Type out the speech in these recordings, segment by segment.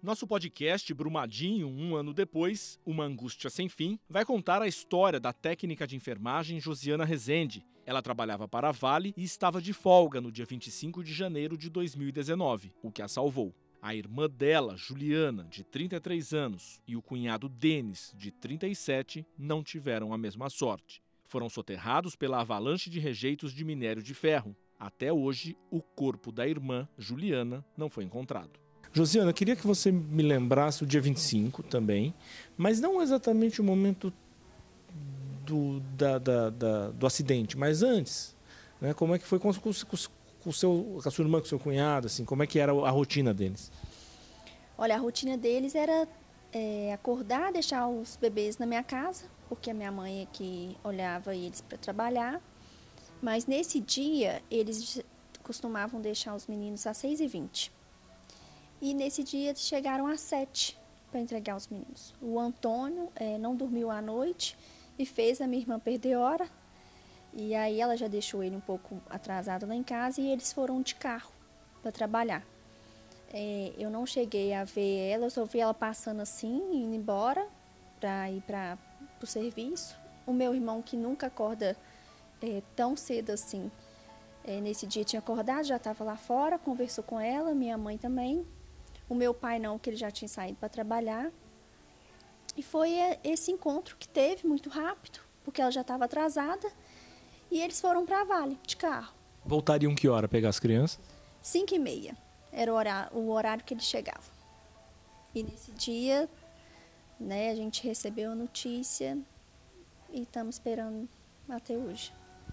Nosso podcast Brumadinho, um ano depois, Uma Angústia Sem Fim, vai contar a história da técnica de enfermagem Josiana Rezende. Ela trabalhava para a Vale e estava de folga no dia 25 de janeiro de 2019, o que a salvou. A irmã dela, Juliana, de 33 anos, e o cunhado Denis, de 37, não tiveram a mesma sorte. Foram soterrados pela avalanche de rejeitos de minério de ferro. Até hoje, o corpo da irmã, Juliana, não foi encontrado. Josiana, eu queria que você me lembrasse o dia 25 também, mas não exatamente o momento do acidente, mas antes, né? Como é que foi com a sua irmã, com o seu cunhado, assim, como é que era a rotina deles? Olha, a rotina deles era acordar, deixar os bebês na minha casa, porque a minha mãe é que olhava eles para trabalhar, mas nesse dia eles costumavam deixar os meninos às 6h20. E nesse dia eles chegaram às 7 para entregar os meninos. O Antônio não dormiu à noite e fez a minha irmã perder hora. E aí ela já deixou ele um pouco atrasado lá em casa e eles foram de carro para trabalhar. Eu não cheguei a ver ela, eu só vi ela passando assim, indo embora para ir para o serviço. O meu irmão, que nunca acorda tão cedo assim, nesse dia tinha acordado, já estava lá fora, conversou com ela, minha mãe também. O meu pai não, que ele já tinha saído para trabalhar. E foi esse encontro que teve muito rápido, porque ela já estava atrasada. E eles foram para a Vale, de carro. Voltariam que hora pegar as crianças? 5h30 era o horário que eles chegavam. E nesse dia, né, a gente recebeu a notícia e estamos esperando até hoje.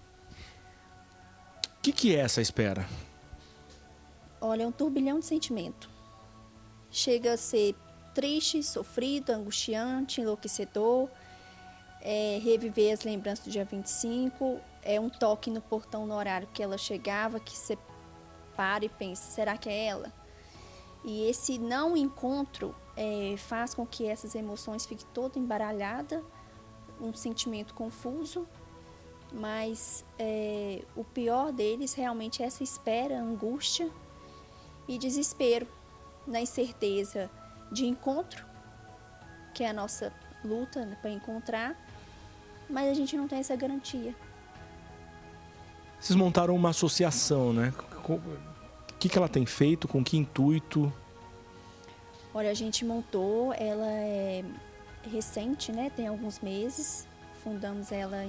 O que é essa espera? Olha, é um turbilhão de sentimento. Chega a ser triste, sofrido, angustiante, enlouquecedor. Reviver as lembranças do dia 25. É um toque no portão no horário que ela chegava, que você para e pensa, será que é ela? E esse não encontro faz com que essas emoções fiquem toda embaralhada, um sentimento confuso, mas o pior deles realmente é essa espera, angústia e desespero, na incerteza de encontro, que é a nossa luta para encontrar, mas a gente não tem essa garantia. Vocês montaram uma associação, né? O que ela tem feito, com que intuito? Olha, a gente montou, ela é recente, né? Tem alguns meses, fundamos ela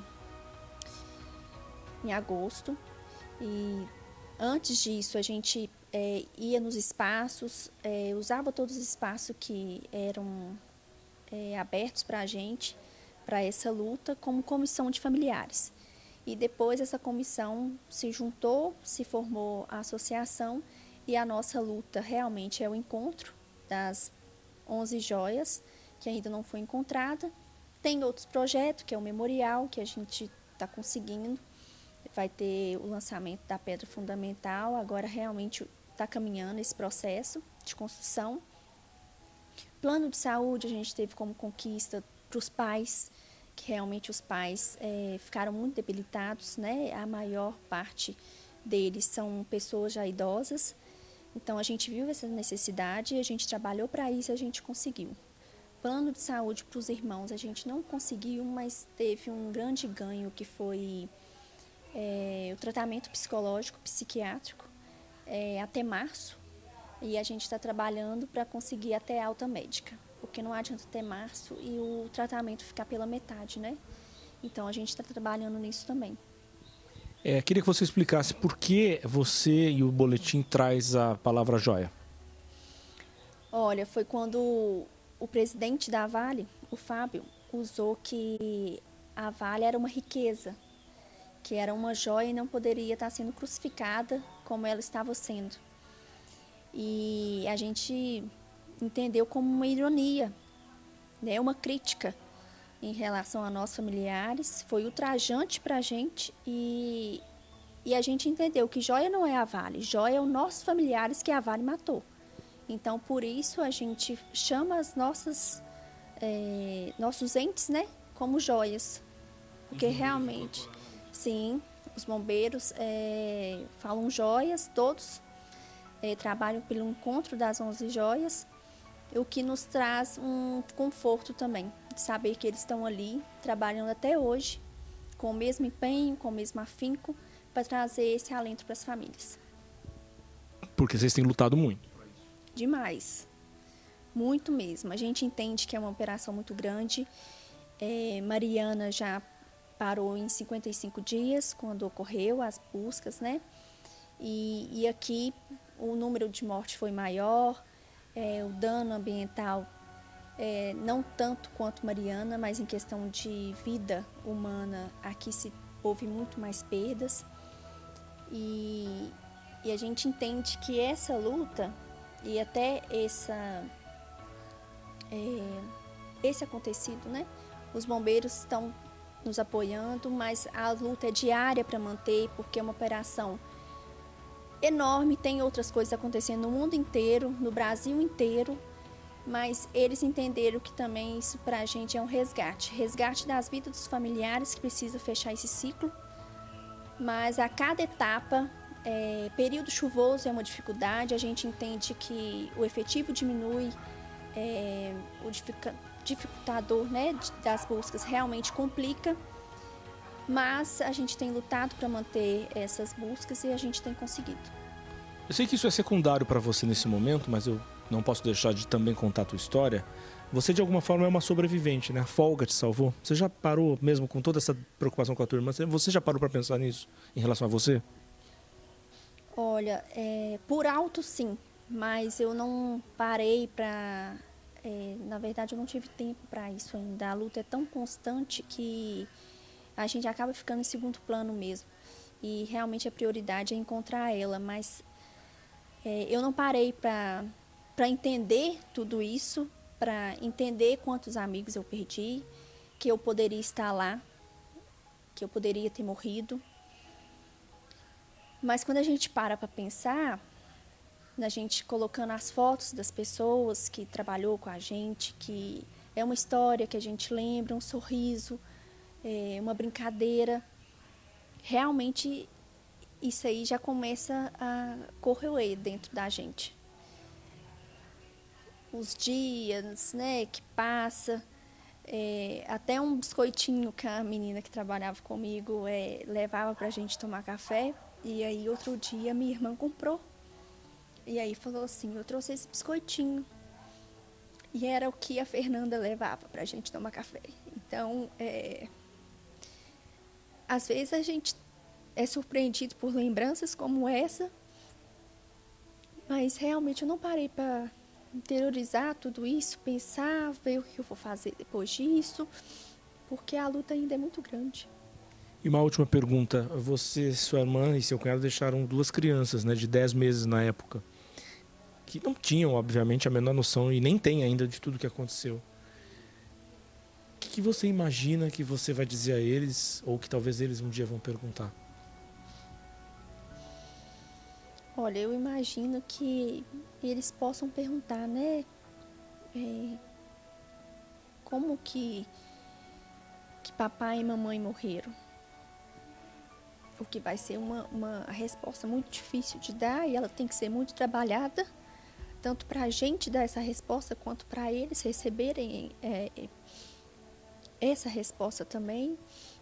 em agosto e antes disso a gente ia nos espaços, usava todos os espaços que eram abertos para a gente, para essa luta, como comissão de familiares. E depois essa comissão se juntou, se formou a associação e a nossa luta realmente é o encontro das 11 joias, que ainda não foi encontrada. Tem outros projetos, que é o memorial, que a gente está conseguindo. Vai ter o lançamento da pedra fundamental, agora realmente está caminhando esse processo de construção. Plano de saúde a gente teve como conquista para os pais, que realmente os pais ficaram muito debilitados, né? A maior parte deles são pessoas já idosas, então a gente viu essa necessidade, a gente trabalhou para isso e a gente conseguiu. Plano de saúde para os irmãos a gente não conseguiu, mas teve um grande ganho que foi o tratamento psicológico, psiquiátrico, até março, e a gente está trabalhando para conseguir até alta médica, porque não adianta ter março e o tratamento ficar pela metade, né? Então a gente está trabalhando nisso também. Queria que você explicasse por que você e o boletim traz a palavra joia. Olha, foi quando o presidente da Vale, o Fábio, usou que a Vale era uma riqueza, que era uma joia e não poderia estar sendo crucificada como ela estava sendo. E a gente entendeu como uma ironia, né? Uma crítica em relação a nós familiares. Foi ultrajante para a gente e a gente entendeu que joia não é a Vale, joia é os nossos familiares que a Vale matou. Então, por isso, a gente chama as nossos entes, né, como joias. Porque realmente... Sim, os bombeiros falam joias, todos trabalham pelo encontro das 11 joias o que nos traz um conforto também, de saber que eles estão ali, trabalhando até hoje, com o mesmo empenho, com o mesmo afinco, para trazer esse alento para as famílias. Porque vocês têm lutado muito. Demais. Muito mesmo. A gente entende que é uma operação muito grande. Mariana já parou em 55 dias, quando ocorreu as buscas, né? E aqui o número de mortes foi maior, o dano ambiental não tanto quanto Mariana, mas em questão de vida humana, aqui houve muito mais perdas. E a gente entende que essa luta e até esse acontecido, né? Os bombeiros estão nos apoiando, mas a luta é diária para manter, porque é uma operação enorme, tem outras coisas acontecendo no mundo inteiro, no Brasil inteiro, mas eles entenderam que também isso para a gente é um resgate das vidas dos familiares, que precisa fechar esse ciclo, mas a cada etapa, período chuvoso é uma dificuldade, a gente entende que o efetivo diminui, o dificultador, né, das buscas realmente complica, mas a gente tem lutado para manter essas buscas e a gente tem conseguido. Eu sei que isso é secundário para você nesse momento, mas eu não posso deixar de também contar a tua história. Você, de alguma forma, é uma sobrevivente, né? A folga te salvou. Você já parou, mesmo com toda essa preocupação com a tua irmã, você já parou para pensar nisso, em relação a você? Olha, por alto sim, mas eu não parei para... na verdade, eu não tive tempo para isso ainda. A luta é tão constante que a gente acaba ficando em segundo plano mesmo. E realmente a prioridade é encontrar ela, mas eu não parei para entender tudo isso, para entender quantos amigos eu perdi, que eu poderia estar lá, que eu poderia ter morrido. Mas quando a gente para pensar, a gente colocando as fotos das pessoas que trabalhou com a gente, que é uma história que a gente lembra, um sorriso, uma brincadeira, realmente isso aí já começa a corroer dentro da gente. Os dias, né, que passa, até um biscoitinho que a menina que trabalhava comigo levava pra gente tomar café, e aí outro dia minha irmã comprou. E aí falou assim, eu trouxe esse biscoitinho. E era o que a Fernanda levava pra gente tomar café. Então, às vezes a gente é surpreendido por lembranças como essa, mas realmente eu não parei para interiorizar tudo isso, pensar, ver o que eu vou fazer depois disso, porque a luta ainda é muito grande. E uma última pergunta. Você, sua irmã e seu cunhado deixaram 2 crianças, né, de 10 meses na época, que não tinham, obviamente, a menor noção e nem têm ainda de tudo que aconteceu. O que você imagina que você vai dizer a eles, ou que talvez eles um dia vão perguntar? Olha, eu imagino que eles possam perguntar, né? Como que papai e mamãe morreram? O que vai ser uma resposta muito difícil de dar e ela tem que ser muito trabalhada, tanto para a gente dar essa resposta, quanto para eles receberem essa resposta também.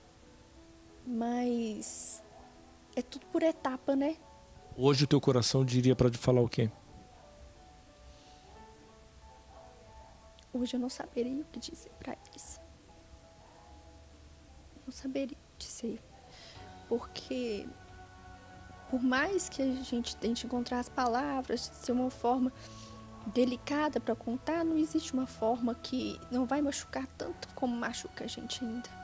Mas é tudo por etapa, né? Hoje o teu coração diria para falar o quê? Hoje eu não saberia o que dizer para eles. Não saberia dizer. Porque, por mais que a gente tente encontrar as palavras, ser uma forma delicada para contar, não existe uma forma que não vai machucar tanto como machuca a gente ainda.